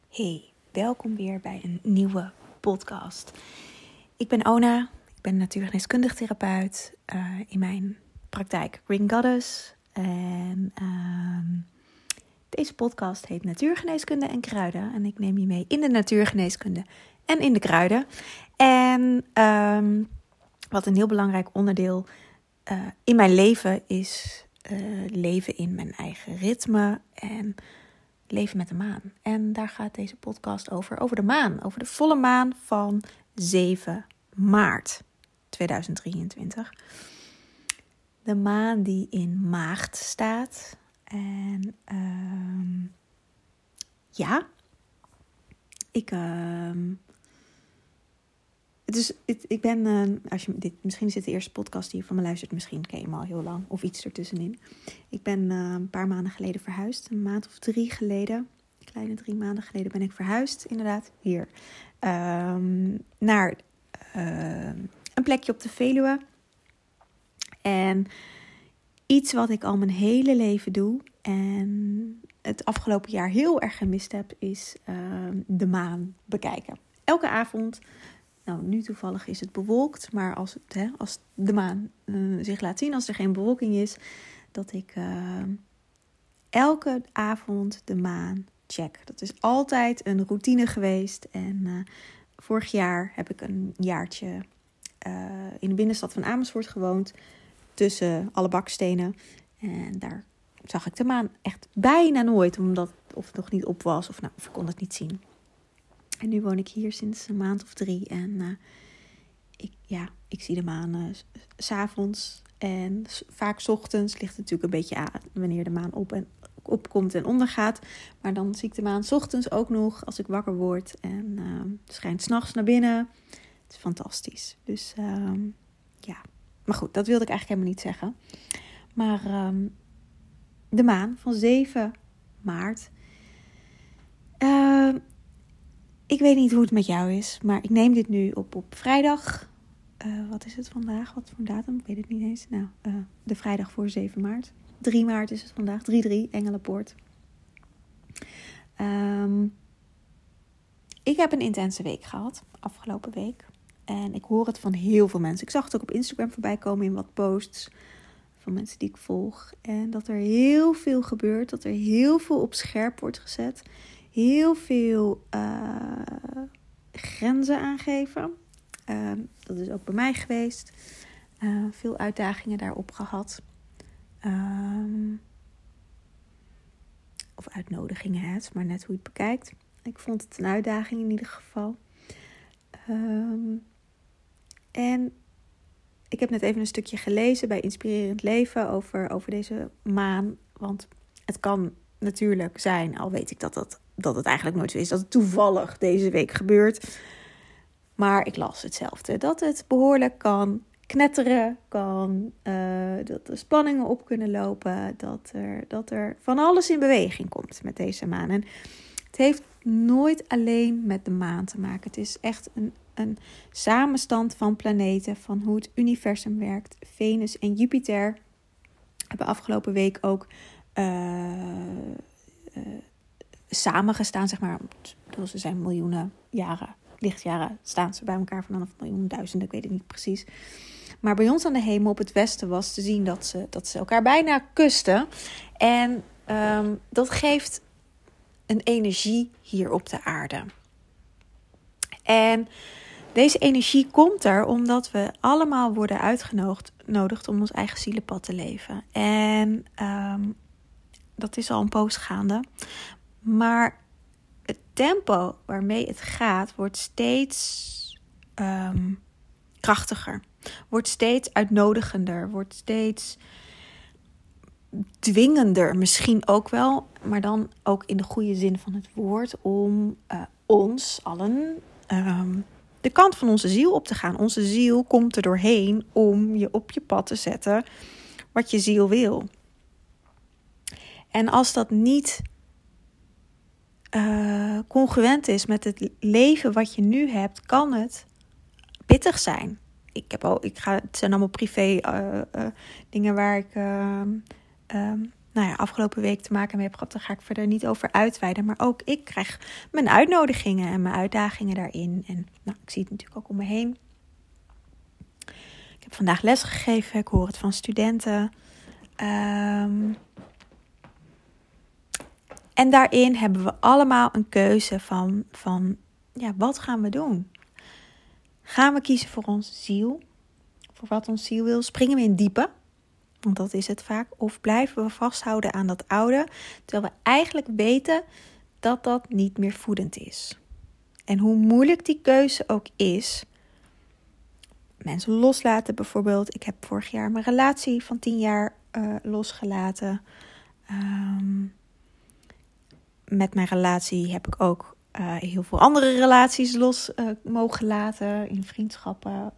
Hey, welkom weer bij een nieuwe podcast. Ik ben Ona, ik ben natuurgeneeskundig therapeut in mijn praktijk Green Goddess. En deze podcast heet Natuurgeneeskunde en Kruiden. En ik neem je mee in de natuurgeneeskunde en in de kruiden. En wat een heel belangrijk onderdeel in mijn leven is leven in mijn eigen ritme en leven met de maan. En daar gaat deze podcast over de maan. Over de volle maan van 7 maart 2023. De maan die in Maagd staat. En ik ben, misschien is dit de eerste podcast die je van me luistert, misschien ken je me al heel lang of iets ertussenin. Ik ben een paar maanden geleden verhuisd, een maand of 3 geleden, kleine 3 maanden geleden ben ik verhuisd, inderdaad, hier, naar een plekje op de Veluwe. En iets wat ik al mijn hele leven doe en het afgelopen jaar heel erg gemist heb, is de maan bekijken. Elke avond. Nou, nu toevallig is het bewolkt, maar als de maan zich laat zien, als er geen bewolking is, dat ik elke avond de maan check. Dat is altijd een routine geweest. En vorig jaar heb ik een jaartje in de binnenstad van Amersfoort gewoond, tussen alle bakstenen. En daar zag ik de maan echt bijna nooit, omdat of het nog niet op was of ik kon het niet zien. En nu woon ik hier sinds een maand of 3 en ik zie de maan 's avonds en vaak 's ochtends. Ligt natuurlijk een beetje aan wanneer de maan opkomt en ondergaat. Maar dan zie ik de maan 's ochtends ook nog als ik wakker word en het schijnt 's nachts naar binnen. Het is fantastisch. Dus maar goed, dat wilde ik eigenlijk helemaal niet zeggen. Maar de maan van 7 maart... Ik weet niet hoe het met jou is, maar ik neem dit nu op vrijdag. Wat is het vandaag? Wat voor een datum? Ik weet het niet eens. Nou, de vrijdag voor 7 maart. 3 maart is het vandaag. 3-3, Engelenpoort. Ik heb een intense week gehad, afgelopen week. En ik hoor het van heel veel mensen. Ik zag het ook op Instagram voorbij komen in wat posts van mensen die ik volg. En dat er heel veel gebeurt, dat er heel veel op scherp wordt gezet. Heel veel grenzen aangeven. Dat is ook bij mij geweest. Veel uitdagingen daarop gehad. Of uitnodigingen, maar net hoe je het bekijkt. Ik vond het een uitdaging in ieder geval. En ik heb net even een stukje gelezen bij Inspirerend Leven over deze maan. Want het kan natuurlijk zijn, al weet ik dat het eigenlijk nooit zo is, dat het toevallig deze week gebeurt. Maar ik las hetzelfde. Dat het behoorlijk kan knetteren, dat er spanningen op kunnen lopen, dat er van alles in beweging komt met deze maan. En het heeft nooit alleen met de maan te maken. Het is echt een samenstand van planeten, van hoe het universum werkt. Venus en Jupiter hebben afgelopen week ook samengestaan, zeg maar. Ze zijn miljoenen jaren, lichtjaren, staan ze bij elkaar vanaf miljoenen, duizenden, ik weet het niet precies. Maar bij ons aan de hemel op het westen was te zien dat ze elkaar bijna kusten. En dat geeft een energie hier op de aarde. En deze energie komt er omdat we allemaal worden uitgenodigd om ons eigen zielenpad te leven. En dat is al een poos gaande. Maar het tempo waarmee het gaat wordt steeds krachtiger. Wordt steeds uitnodigender. Wordt steeds dwingender misschien ook wel. Maar dan ook in de goede zin van het woord. Om ons allen de kant van onze ziel op te gaan. Onze ziel komt er doorheen om je op je pad te zetten wat je ziel wil. En als dat niet congruent is met het leven wat je nu hebt, kan het pittig zijn. Het zijn allemaal privé dingen waar ik afgelopen week te maken mee heb gehad. Daar ga ik verder niet over uitweiden. Maar ook ik krijg mijn uitnodigingen en mijn uitdagingen daarin. En ik zie het natuurlijk ook om me heen. Ik heb vandaag les gegeven. Ik hoor het van studenten. En daarin hebben we allemaal een keuze van wat gaan we doen? Gaan we kiezen voor onze ziel? Voor wat onze ziel wil? Springen we in diepe? Want dat is het vaak. Of blijven we vasthouden aan dat oude, terwijl we eigenlijk weten dat dat niet meer voedend is. En hoe moeilijk die keuze ook is. Mensen loslaten bijvoorbeeld. Ik heb vorig jaar mijn relatie van 10 jaar losgelaten. Met mijn relatie heb ik ook heel veel andere relaties los mogen laten. In vriendschappen.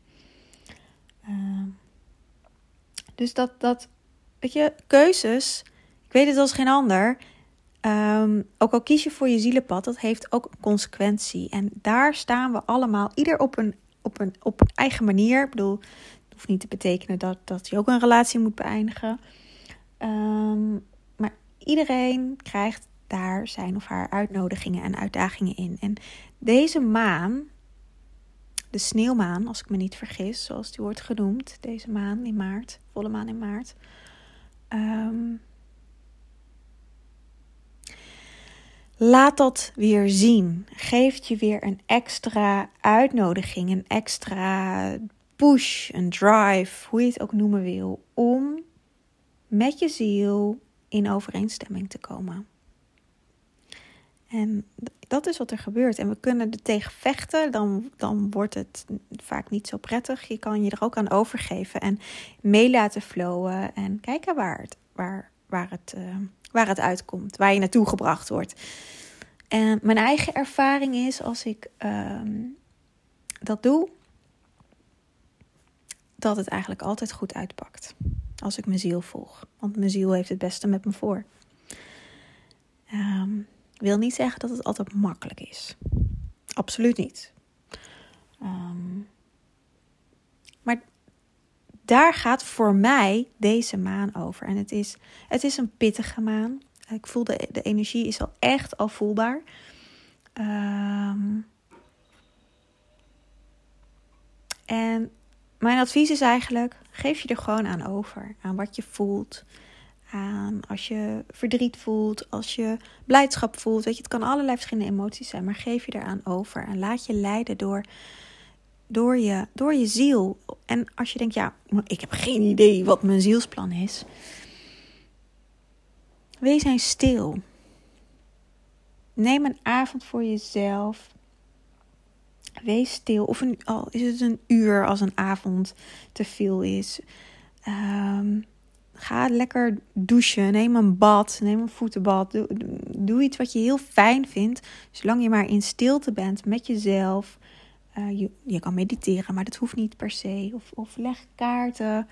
Dus dat, weet je, keuzes, ik weet het als geen ander. Ook al kies je voor je zielenpad, dat heeft ook een consequentie. En daar staan we allemaal, ieder op een eigen manier. Ik bedoel, het hoeft niet te betekenen dat je ook een relatie moet beëindigen. Maar iedereen krijgt daar zijn of haar uitnodigingen en uitdagingen in. En deze maan, de sneeuwmaan, als ik me niet vergis, zoals die wordt genoemd, deze maan in maart, volle maan in maart. Laat dat weer zien. Geeft je weer een extra uitnodiging, een extra push, een drive, hoe je het ook noemen wil, om met je ziel in overeenstemming te komen. En dat is wat er gebeurt. En we kunnen er tegen vechten, dan wordt het vaak niet zo prettig. Je kan je er ook aan overgeven en mee laten flowen en kijken waar het uitkomt, waar je naartoe gebracht wordt. En mijn eigen ervaring is, als ik dat doe, dat het eigenlijk altijd goed uitpakt. Als ik mijn ziel volg. Want mijn ziel heeft het beste met me voor. Wil niet zeggen dat het altijd makkelijk is. Absoluut niet. Maar daar gaat voor mij deze maan over. En het is een pittige maan. Ik voel de energie is al voelbaar. En mijn advies is eigenlijk, geef je er gewoon aan over. Aan wat je voelt. Aan als je verdriet voelt, als je blijdschap voelt. Weet je, het kan allerlei verschillende emoties zijn, maar geef je eraan over. En laat je leiden door je ziel. En als je denkt, ik heb geen idee wat mijn zielsplan is. Wees eens stil. Neem een avond voor jezelf. Wees stil. Of al is het een uur als een avond te veel is. Ga lekker douchen. Neem een bad. Neem een voetenbad. Doe iets wat je heel fijn vindt. Zolang je maar in stilte bent met jezelf. Je kan mediteren, maar dat hoeft niet per se. Of leg kaarten.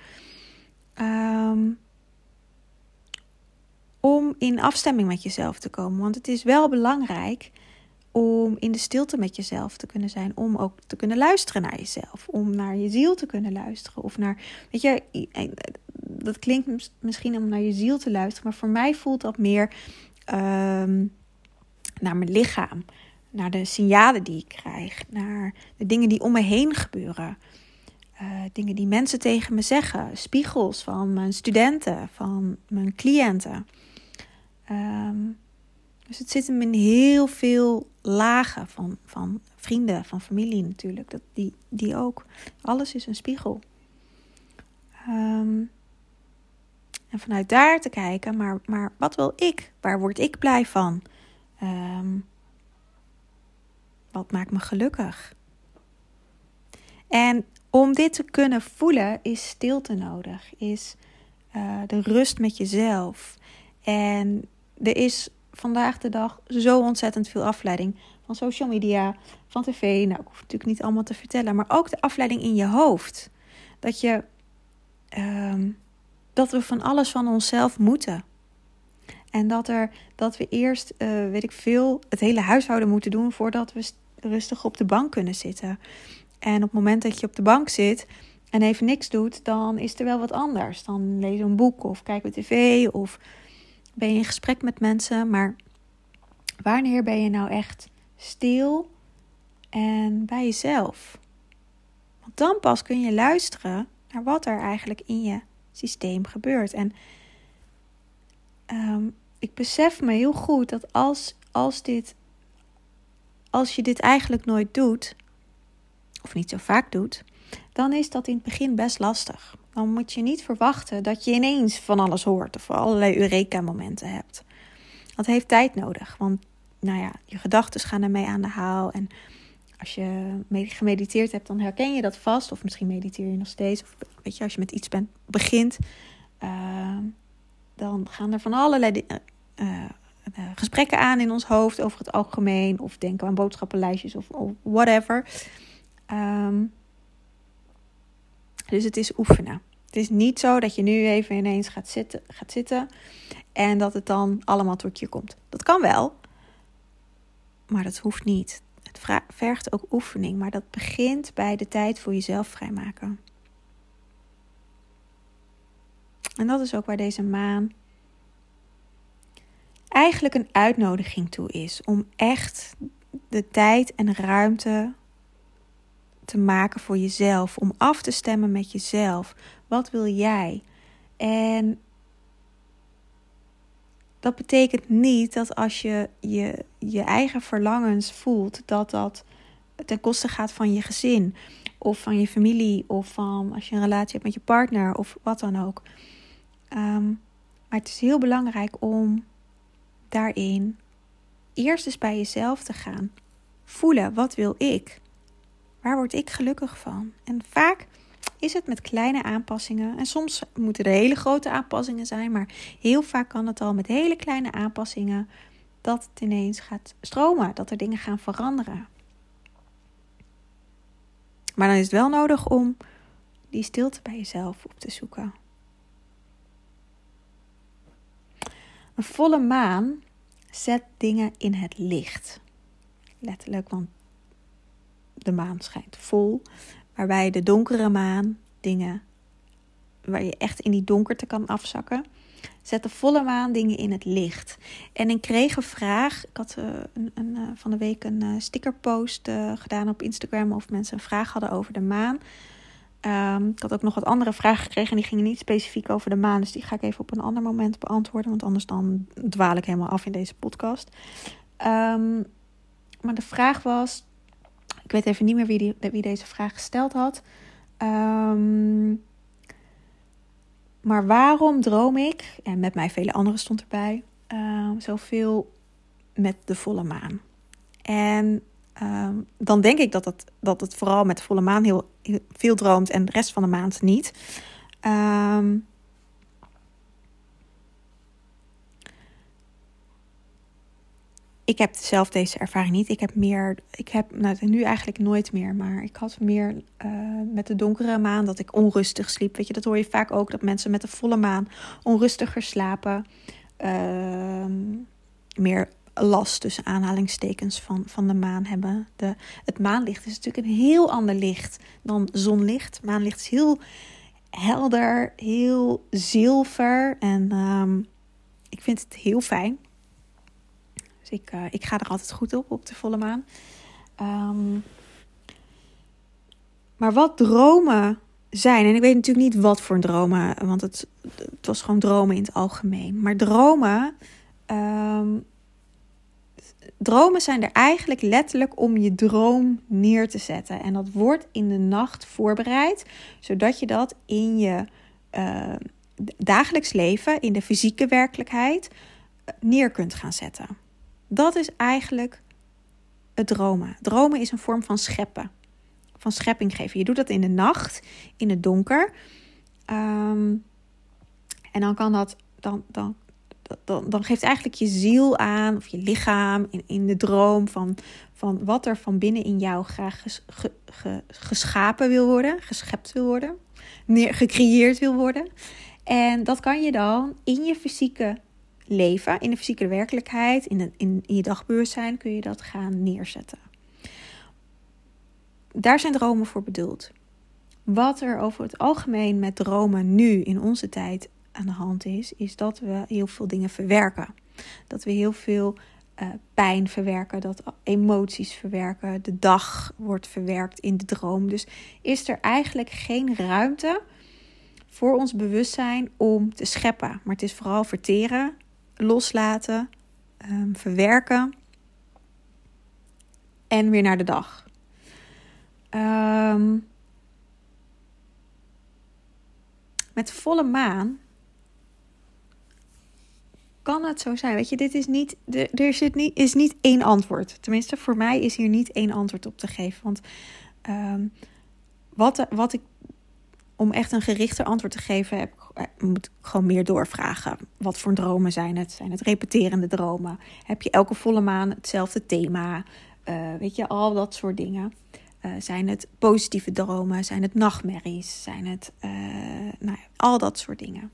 Om in afstemming met jezelf te komen. Want het is wel belangrijk om in de stilte met jezelf te kunnen zijn. Om ook te kunnen luisteren naar jezelf. Om naar je ziel te kunnen luisteren. Of naar, weet je, dat klinkt misschien om naar je ziel te luisteren. Maar voor mij voelt dat meer naar mijn lichaam. Naar de signalen die ik krijg. Naar de dingen die om me heen gebeuren. Dingen die mensen tegen me zeggen. Spiegels van mijn studenten. Van mijn cliënten. Dus het zit hem in heel veel lagen van vrienden, van familie natuurlijk. Die ook. Alles is een spiegel. En vanuit daar te kijken, maar wat wil ik? Waar word ik blij van? Wat maakt me gelukkig? En om dit te kunnen voelen is stilte nodig. Is de rust met jezelf. En er is vandaag de dag zo ontzettend veel afleiding. Van social media, van tv. Nou, ik hoef het natuurlijk niet allemaal te vertellen. Maar ook de afleiding in je hoofd. Dat we van alles van onszelf moeten. En dat we eerst, het hele huishouden moeten doen voordat we rustig op de bank kunnen zitten. En op het moment dat je op de bank zit en even niks doet, dan is er wel wat anders. Dan lees je een boek of kijk je tv of ben je in gesprek met mensen. Maar wanneer ben je nou echt stil en bij jezelf? Want dan pas kun je luisteren naar wat er eigenlijk in je systeem gebeurt. En ik besef me heel goed dat als je dit eigenlijk nooit doet, of niet zo vaak doet, dan is dat in het begin best lastig. Dan moet je niet verwachten dat je ineens van alles hoort of allerlei Eureka-momenten hebt. Dat heeft tijd nodig, want je gedachten gaan ermee aan de haal. En als je gemediteerd hebt, dan herken je dat vast. Of misschien mediteer je nog steeds. Of weet je, als je met iets begint, dan gaan er van allerlei gesprekken aan in ons hoofd over het algemeen. Of denken aan boodschappenlijstjes of whatever. Dus het is oefenen. Het is niet zo dat je nu even ineens gaat zitten en dat het dan allemaal tot je komt. Dat kan wel, maar dat hoeft niet. Het vergt ook oefening, maar dat begint bij de tijd voor jezelf vrijmaken. En dat is ook waar deze maan eigenlijk een uitnodiging toe is. Om echt de tijd en ruimte te maken voor jezelf. Om af te stemmen met jezelf. Wat wil jij? En dat betekent niet dat als je je eigen verlangens voelt, dat ten koste gaat van je gezin. Of van je familie. Of van als je een relatie hebt met je partner. Of wat dan ook. Maar het is heel belangrijk om daarin eerst eens bij jezelf te gaan. Voelen, wat wil ik? Waar word ik gelukkig van? En vaak is het met kleine aanpassingen. En soms moeten er hele grote aanpassingen zijn. Maar heel vaak kan het al met hele kleine aanpassingen dat het ineens gaat stromen. Dat er dingen gaan veranderen. Maar dan is het wel nodig om die stilte bij jezelf op te zoeken. Een volle maan zet dingen in het licht. Letterlijk, want de maan schijnt vol. Waarbij de donkere maan dingen waar je echt in die donkerte kan afzakken. Zet de volle maan dingen in het licht. En ik kreeg een vraag. Ik had van de week een stickerpost gedaan op Instagram. Of mensen een vraag hadden over de maan. Ik had ook nog wat andere vragen gekregen. En die gingen niet specifiek over de maan. Dus die ga ik even op een ander moment beantwoorden. Want anders dan dwaal ik helemaal af in deze podcast. Maar de vraag was. Ik weet even niet meer wie deze vraag gesteld had. Maar waarom droom ik, en met mij vele anderen stond erbij, zoveel met de volle maan? En dan denk ik dat het vooral met de volle maan heel veel droomt en de rest van de maand niet. Ik heb zelf deze ervaring niet. Ik heb nu eigenlijk nooit meer. Maar ik had meer met de donkere maan dat ik onrustig sliep. Weet je, dat hoor je vaak ook. Dat mensen met de volle maan onrustiger slapen. Meer last tussen aanhalingstekens van de maan hebben. Het maanlicht is natuurlijk een heel ander licht dan zonlicht. Maanlicht is heel helder, heel zilver. En ik vind het heel fijn. Dus ik ga er altijd goed op de volle maan. Maar wat dromen zijn. En ik weet natuurlijk niet wat voor dromen. Want het was gewoon dromen in het algemeen. Maar dromen zijn er eigenlijk letterlijk om je droom neer te zetten. En dat wordt in de nacht voorbereid. Zodat je dat in je dagelijks leven, in de fysieke werkelijkheid, neer kunt gaan zetten. Dat is eigenlijk het dromen. Dromen is een vorm van scheppen. Van schepping geven. Je doet dat in de nacht, in het donker. En dan kan dat. Dan geeft eigenlijk je ziel aan, of je lichaam, in de droom van wat er van binnen in jou graag geschapen wil worden, geschept wil worden, gecreëerd wil worden. En dat kan je dan in je fysieke leven, in de fysieke werkelijkheid, in je dagbewustzijn kun je dat gaan neerzetten. Daar zijn dromen voor bedoeld. Wat er over het algemeen met dromen nu in onze tijd aan de hand is dat we heel veel dingen verwerken. Dat we heel veel pijn verwerken, dat emoties verwerken. De dag wordt verwerkt in de droom. Dus is er eigenlijk geen ruimte voor ons bewustzijn om te scheppen. Maar het is vooral verteren, loslaten, verwerken en weer naar de dag. Met volle maan kan het zo zijn. Weet je, dit is niet, is niet één antwoord. Tenminste, voor mij is hier niet één antwoord op te geven. Want om echt een gerichter antwoord te geven, moet ik gewoon meer doorvragen. Wat voor dromen zijn het? Zijn het repeterende dromen? Heb je elke volle maan hetzelfde thema? Weet je, al dat soort dingen. Zijn het positieve dromen? Zijn het nachtmerries? Zijn het al dat soort dingen.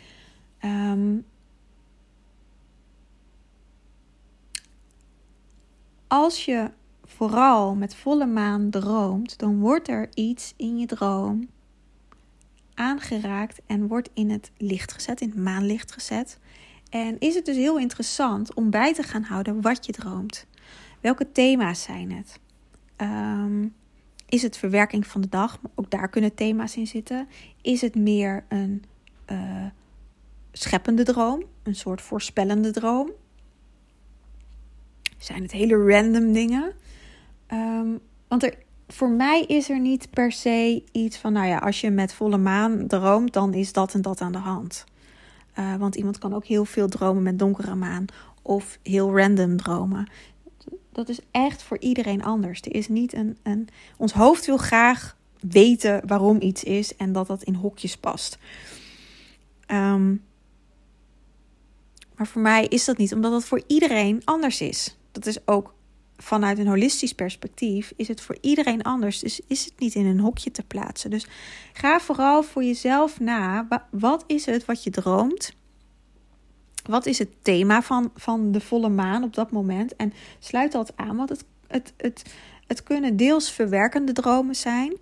Als je vooral met volle maan droomt, dan wordt er iets in je droom aangeraakt en wordt in het licht gezet, in het maanlicht gezet. En is het dus heel interessant om bij te gaan houden wat je droomt. Welke thema's zijn het? Is het verwerking van de dag? Ook daar kunnen thema's in zitten. Is het meer een scheppende droom? Een soort voorspellende droom? Zijn het hele random dingen? Want voor mij is er niet per se iets van, als je met volle maan droomt, dan is dat en dat aan de hand. Want iemand kan ook heel veel dromen met donkere maan of heel random dromen. Dat is echt voor iedereen anders. Er is niet ons hoofd wil graag weten waarom iets is en dat dat in hokjes past. Maar voor mij is dat niet, omdat dat voor iedereen anders is. Dat is ook vanuit een holistisch perspectief, is het voor iedereen anders. Dus is het niet in een hokje te plaatsen. Dus ga vooral voor jezelf na. Wat is het wat je droomt? Wat is het thema van de volle maan op dat moment? En sluit dat aan, want het kunnen deels verwerkende dromen zijn.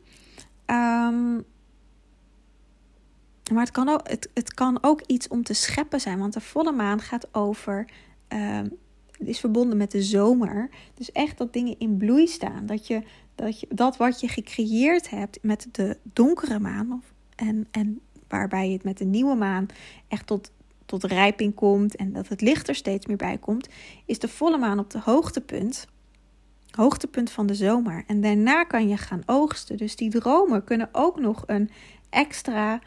Maar het kan ook iets om te scheppen zijn. Want de volle maan gaat over, het is verbonden met de zomer. Dus echt dat dingen in bloei staan. Dat wat je gecreëerd hebt met de donkere maan. En waarbij het met de nieuwe maan echt tot rijping komt. En dat het licht er steeds meer bij komt. Is de volle maan op de hoogtepunt van de zomer. En daarna kan je gaan oogsten. Dus die dromen kunnen ook nog een extra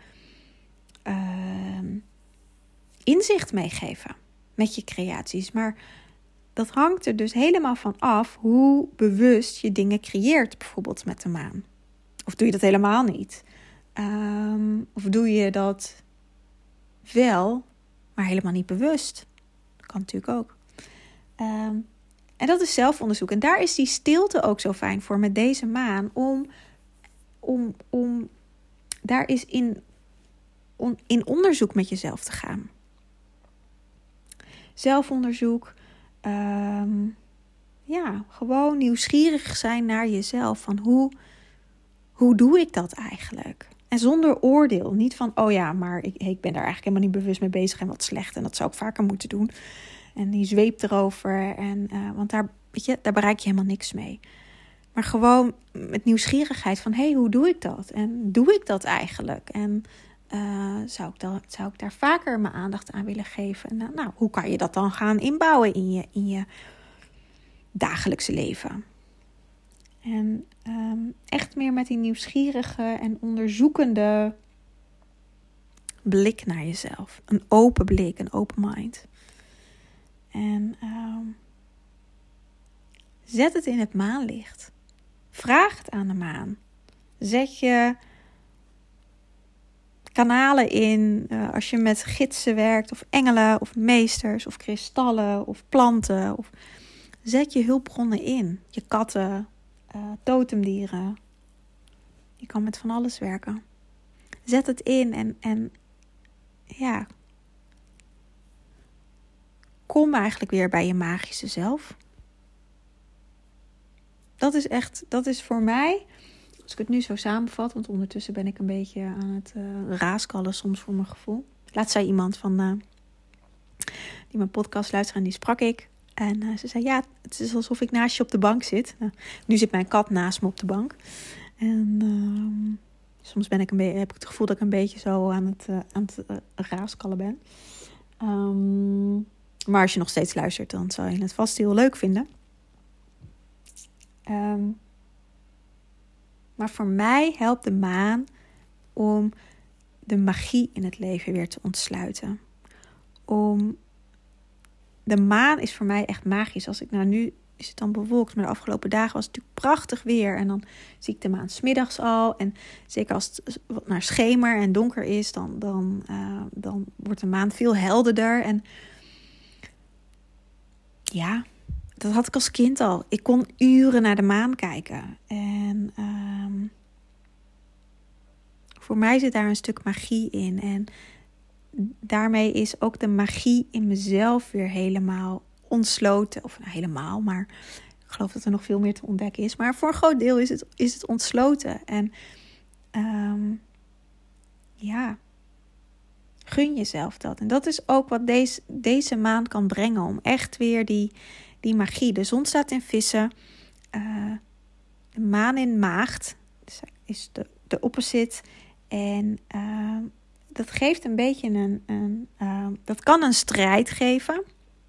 inzicht meegeven met je creaties. Maar dat hangt er dus helemaal van af hoe bewust je dingen creëert, bijvoorbeeld met de maan. Of doe je dat helemaal niet? Of doe je dat wel, maar helemaal niet bewust? Dat kan natuurlijk ook. En dat is zelfonderzoek. En daar is die stilte ook zo fijn voor met deze maan. Om daar is in onderzoek met jezelf te gaan. Zelfonderzoek. Gewoon nieuwsgierig zijn naar jezelf. Van hoe doe ik dat eigenlijk? En zonder oordeel. Niet van, maar ik ben daar eigenlijk helemaal niet bewust mee bezig en wat slecht. En dat zou ik vaker moeten doen. En die zweep erover. Want daar bereik je helemaal niks mee. Maar gewoon met nieuwsgierigheid van, hoe doe ik dat? En doe ik dat eigenlijk? En zou ik daar vaker mijn aandacht aan willen geven? Nou, hoe kan je dat dan gaan inbouwen in je dagelijkse leven? En echt meer met die nieuwsgierige en onderzoekende blik naar jezelf. Een open blik, een open mind. En zet het in het maanlicht. Vraag het aan de maan. Zet je kanalen in, als je met gidsen werkt, of engelen, of meesters, of kristallen, of planten. Zet je hulpbronnen in. Je katten, totemdieren. Je kan met van alles werken. Zet het in en kom eigenlijk weer bij je magische zelf. Dat is voor mij Als ik het nu zo samenvat, want ondertussen ben ik een beetje aan het raaskallen soms voor mijn gevoel. Laatst zei iemand die mijn podcast luisterde en die sprak ik. En ze zei, ja, het is alsof ik naast je op de bank zit. Nou, nu zit mijn kat naast me op de bank. En soms heb ik het gevoel dat ik een beetje zo aan het raaskallen ben. Maar als je nog steeds luistert, dan zou je het vast heel leuk vinden. Maar voor mij helpt de maan om de magie in het leven weer te ontsluiten. De maan is voor mij echt magisch. Als ik nu is het dan bewolkt, maar de afgelopen dagen was het natuurlijk prachtig weer. En dan zie ik de maan 's middags al. En zeker als het wat naar schemer en donker is, dan wordt de maan veel helderder. En ja, dat had ik als kind al. Ik kon uren naar de maan kijken. En voor mij zit daar een stuk magie in. En daarmee is ook de magie in mezelf weer helemaal ontsloten. Of helemaal, maar ik geloof dat er nog veel meer te ontdekken is. Maar voor een groot deel is het ontsloten. En gun jezelf dat. En dat is ook wat deze maan kan brengen. Om echt weer die magie. De zon staat in Vissen. De maan in Maagd. Dus is de opposite. En dat geeft een beetje dat kan een strijd geven.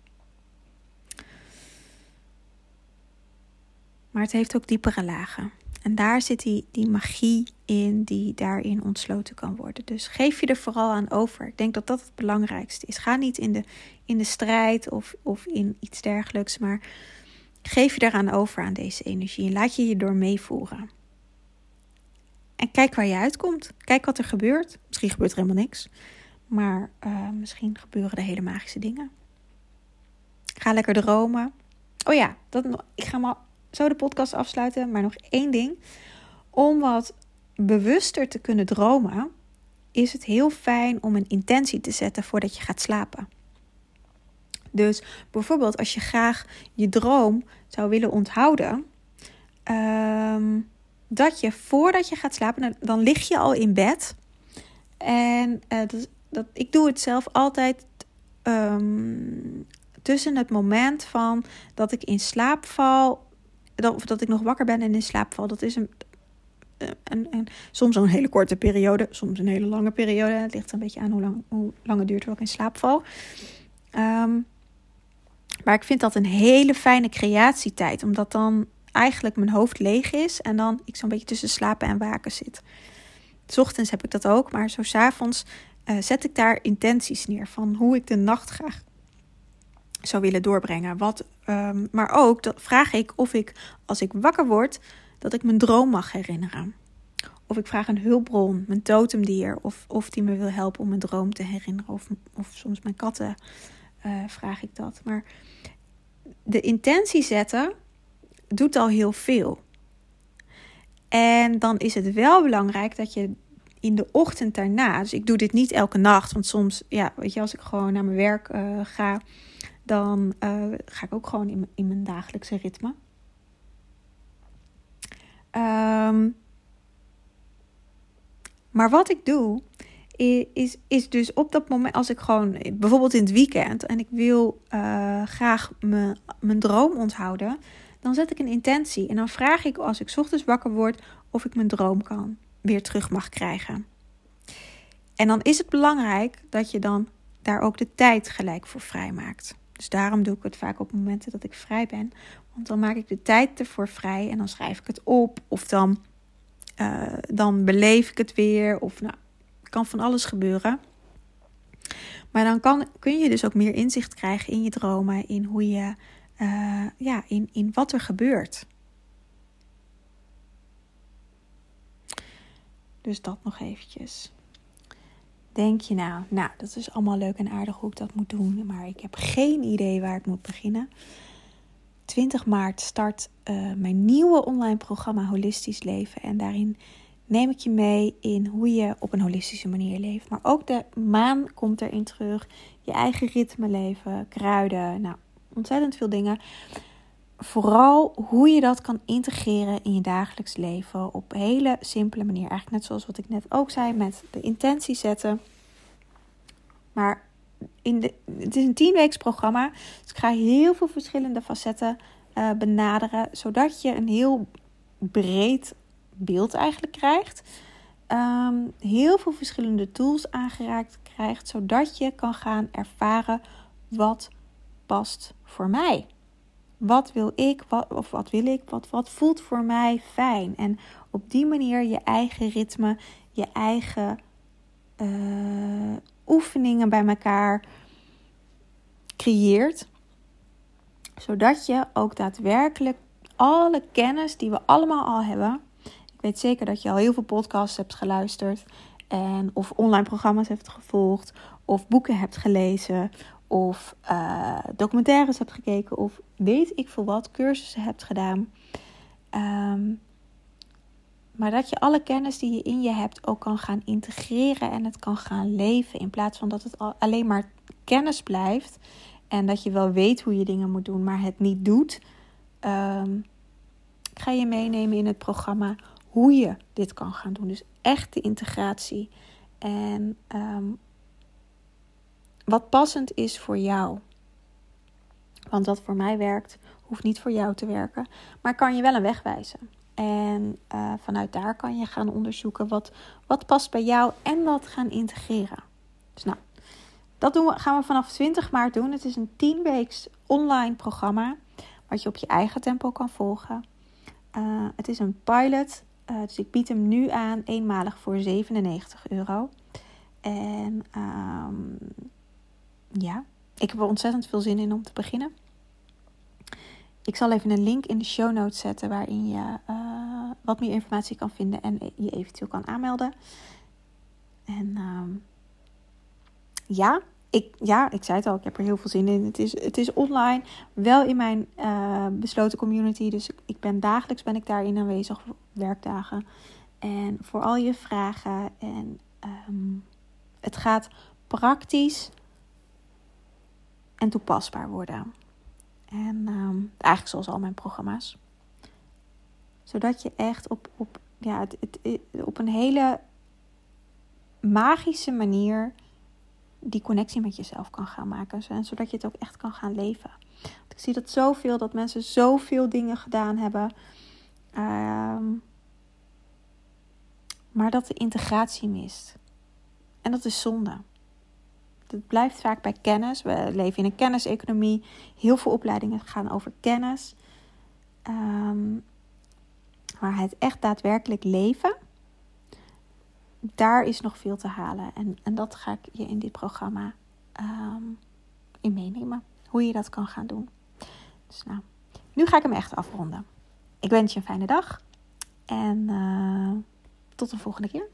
Maar het heeft ook diepere lagen. En daar zit die magie in die daarin ontsloten kan worden. Dus geef je er vooral aan over. Ik denk dat dat het belangrijkste is. Ga niet in de strijd of in iets dergelijks. Maar geef je eraan over aan deze energie. En laat je door meevoeren. En kijk waar je uitkomt. Kijk wat er gebeurt. Misschien gebeurt er helemaal niks. Maar misschien gebeuren er hele magische dingen. Ga lekker dromen. Oh ja, ik ga maar zo de podcast afsluiten. Maar nog 1 ding. Om wat bewuster te kunnen dromen, is het heel fijn om een intentie te zetten voordat je gaat slapen. Dus bijvoorbeeld als je graag je droom zou willen onthouden, dat je voordat je gaat slapen, dan lig je al in bed. En ik doe het zelf altijd tussen het moment van dat ik in slaap val, of dat ik nog wakker ben en in slaap val. Dat is soms een hele korte periode, soms een hele lange periode. Het ligt er een beetje aan hoe lang het duurt voordat ik in slaap val. Maar ik vind dat een hele fijne creatietijd, omdat dan eigenlijk mijn hoofd leeg is en dan ik zo'n beetje tussen slapen en waken zit. 's Ochtends heb ik dat ook, maar zo 's avonds zet ik daar intenties neer van hoe ik de nacht graag zou willen doorbrengen. Maar ook vraag ik of ik, als ik wakker word, dat ik mijn droom mag herinneren. Of ik vraag een hulpbron, mijn totemdier, of die me wil helpen om mijn droom te herinneren. Of soms mijn katten vraag ik dat. Maar de intentie zetten doet al heel veel. En dan is het wel belangrijk dat je in de ochtend daarna, dus ik doe dit niet elke nacht, want soms, als ik gewoon naar mijn werk ga, dan ga ik ook gewoon in mijn dagelijkse ritme. Maar wat ik doe, is dus op dat moment, als ik gewoon, bijvoorbeeld in het weekend, en ik wil graag mijn droom onthouden, dan zet ik een intentie. En dan vraag ik, als ik 's ochtends wakker word, of ik mijn droom weer terug mag krijgen. En dan is het belangrijk dat je dan daar ook de tijd gelijk voor vrijmaakt. Dus daarom doe ik het vaak op momenten dat ik vrij ben. Want dan maak ik de tijd ervoor vrij en dan schrijf ik het op. Of dan beleef ik het weer. Of kan van alles gebeuren. Maar dan kun je dus ook meer inzicht krijgen in je dromen. In hoe je, in wat er gebeurt. Dus dat nog eventjes. Denk je nou, dat is allemaal leuk en aardig hoe ik dat moet doen. Maar ik heb geen idee waar ik moet beginnen. 20 maart start mijn nieuwe online programma Holistisch Leven. En daarin neem ik je mee in hoe je op een holistische manier leeft. Maar ook de maan komt erin terug. Je eigen ritme leven, kruiden, ontzettend veel dingen. vooral hoe je dat kan integreren in je dagelijks leven op een hele simpele manier. Eigenlijk net zoals wat ik net ook zei, met de intentie zetten. Maar het is een 10-weeks programma. Dus ik ga heel veel verschillende facetten benaderen. Zodat je een heel breed beeld eigenlijk krijgt. Heel veel verschillende tools aangereikt krijgt. Zodat je kan gaan ervaren wat past voor mij. Wat wil ik? Wat voelt voor mij fijn? En op die manier je eigen ritme, je eigen oefeningen bij elkaar creëert. Zodat je ook daadwerkelijk alle kennis die we allemaal al hebben. Ik weet zeker dat je al heel veel podcasts hebt geluisterd. Of online programma's hebt gevolgd. Of boeken hebt gelezen. Of documentaires hebt gekeken. Of weet ik veel wat. Cursussen hebt gedaan. Maar dat je alle kennis die je in je hebt ook kan gaan integreren. En het kan gaan leven. In plaats van dat het alleen maar kennis blijft. En dat je wel weet hoe je dingen moet doen. Maar het niet doet. Ik ga je meenemen in het programma. Hoe je dit kan gaan doen. Dus echt de integratie. En wat passend is voor jou. Want wat voor mij werkt, hoeft niet voor jou te werken. Maar kan je wel een weg wijzen. En vanuit daar kan je gaan onderzoeken wat past bij jou. En dat gaan integreren. Dus nou, dat gaan we vanaf 20 maart doen. Het is een 10-weeks online programma. Wat je op je eigen tempo kan volgen. Het is een pilot. Dus ik bied hem nu aan eenmalig voor €97. En ik heb er ontzettend veel zin in om te beginnen. Ik zal even een link in de show notes zetten waarin je wat meer informatie kan vinden en je eventueel kan aanmelden. En ik zei het al, ik heb er heel veel zin in. Het is online, wel in mijn besloten community. Dus dagelijks ben ik daarin aanwezig, werkdagen. En voor al je vragen. En het gaat praktisch en toepasbaar worden. En eigenlijk zoals al mijn programma's. Zodat je echt op een hele magische manier die connectie met jezelf kan gaan maken. En zodat je het ook echt kan gaan leven. Want ik zie dat mensen zoveel dingen gedaan hebben. Maar dat de integratie mist. En dat is zonde. Het blijft vaak bij kennis. We leven in een kenniseconomie. Heel veel opleidingen gaan over kennis. Maar het echt daadwerkelijk leven, daar is nog veel te halen. En dat ga ik je in dit programma in meenemen. Hoe je dat kan gaan doen. Dus nou, nu ga ik hem echt afronden. Ik wens je een fijne dag. En tot de volgende keer.